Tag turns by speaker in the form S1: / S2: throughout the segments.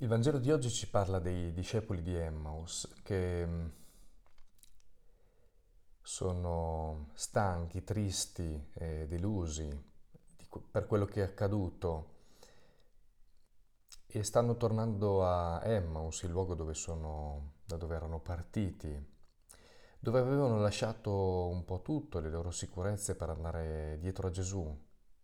S1: Il Vangelo di oggi ci parla dei discepoli di Emmaus che sono stanchi, tristi e delusi per quello che è accaduto e stanno tornando a Emmaus, il luogo da dove erano partiti, dove avevano lasciato un po' tutto, le loro sicurezze per andare dietro a Gesù.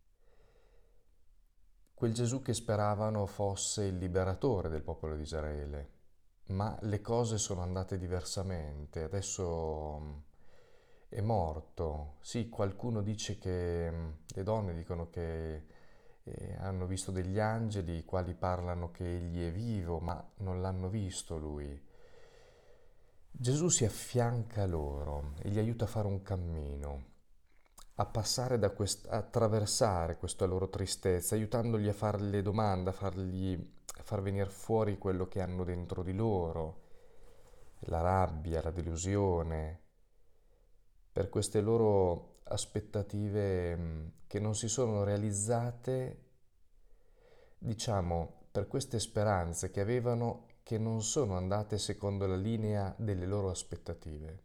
S1: Quel Gesù che speravano fosse il liberatore del popolo di Israele, ma le cose sono andate diversamente. Adesso è morto. Sì, qualcuno dice che le donne dicono che hanno visto degli angeli, i quali parlano che egli è vivo, ma non l'hanno visto lui. Gesù si affianca a loro e li aiuta a fare un cammino, a passare a attraversare questa loro tristezza, aiutandoli a fare le domande, a far venire fuori quello che hanno dentro di loro, la rabbia, la delusione, per queste loro aspettative che non si sono realizzate, diciamo, per queste speranze che avevano che non sono andate secondo la linea delle loro aspettative.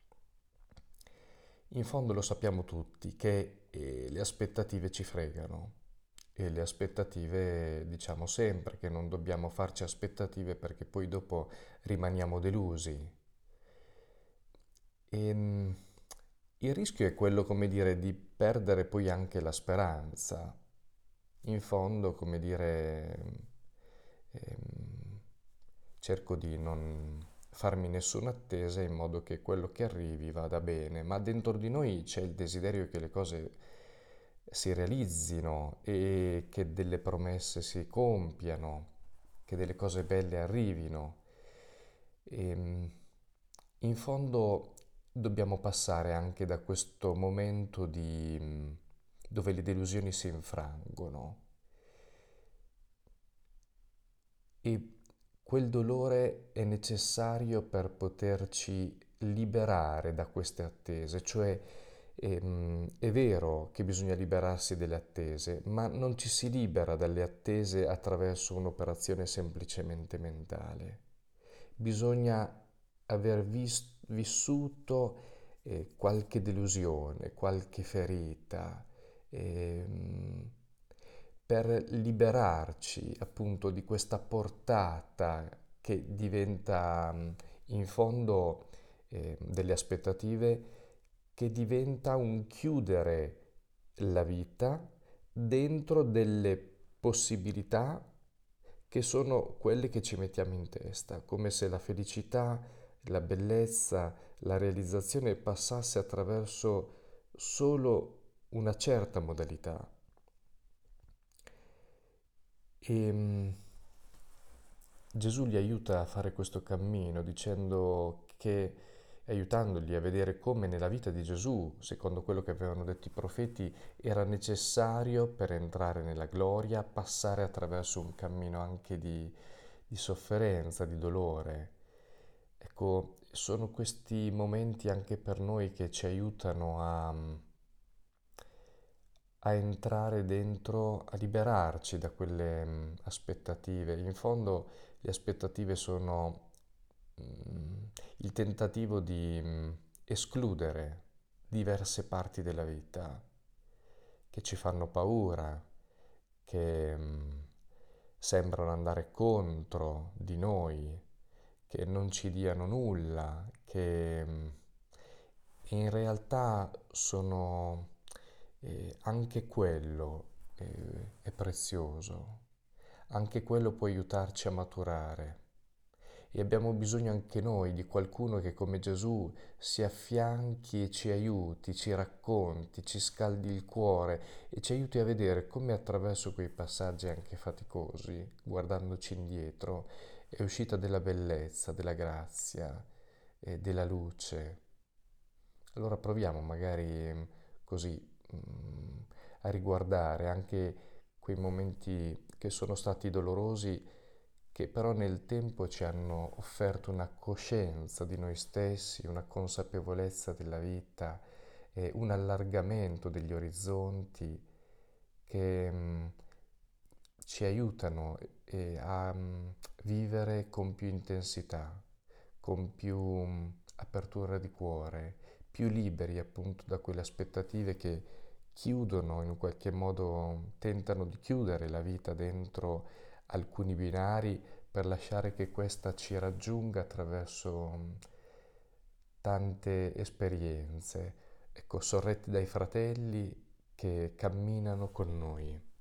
S1: In fondo lo sappiamo tutti che le aspettative ci fregano e le aspettative diciamo sempre che non dobbiamo farci aspettative perché poi dopo rimaniamo delusi. E, il rischio è quello, come dire, di perdere poi anche la speranza. In fondo, come dire, cerco di non farmi nessuna attesa in modo che quello che arrivi vada bene, ma dentro di noi c'è il desiderio che le cose si realizzino e che delle promesse si compiano, che delle cose belle arrivino. E, in fondo dobbiamo passare anche da questo momento dove le delusioni si infrangono e quel dolore è necessario per poterci liberare da queste attese, cioè è vero che bisogna liberarsi delle attese, ma non ci si libera dalle attese attraverso un'operazione semplicemente mentale. Bisogna aver vissuto qualche delusione, qualche ferita, ehm, per liberarci appunto di questa portata che diventa in fondo delle aspettative, che diventa un chiudere la vita dentro delle possibilità che sono quelle che ci mettiamo in testa, come se la felicità, la bellezza, la realizzazione passasse attraverso solo una certa modalità. E Gesù li aiuta a fare questo cammino dicendo che, aiutandoli a vedere come nella vita di Gesù, secondo quello che avevano detto i profeti, era necessario per entrare nella gloria passare attraverso un cammino anche di sofferenza, di dolore. Ecco, sono questi momenti anche per noi che ci aiutano a entrare dentro, a liberarci da quelle aspettative. In fondo le aspettative sono il tentativo di escludere diverse parti della vita che ci fanno paura, che sembrano andare contro di noi, che non ci diano nulla, che in realtà sono anche quello è prezioso, anche quello può aiutarci a maturare. E abbiamo bisogno anche noi di qualcuno che come Gesù si affianchi e ci aiuti, ci racconti, ci scaldi il cuore e ci aiuti a vedere come attraverso quei passaggi anche faticosi, guardandoci indietro, è uscita della bellezza, della grazia e della luce. Allora proviamo magari così a riguardare anche quei momenti che sono stati dolorosi, che però nel tempo ci hanno offerto una coscienza di noi stessi, una consapevolezza della vita e un allargamento degli orizzonti che ci aiutano a vivere con più intensità, con più apertura di cuore, più liberi appunto da quelle aspettative che chiudono in un qualche modo, tentano di chiudere la vita dentro alcuni binari per lasciare che questa ci raggiunga attraverso tante esperienze, ecco, sorretti dai fratelli che camminano con noi.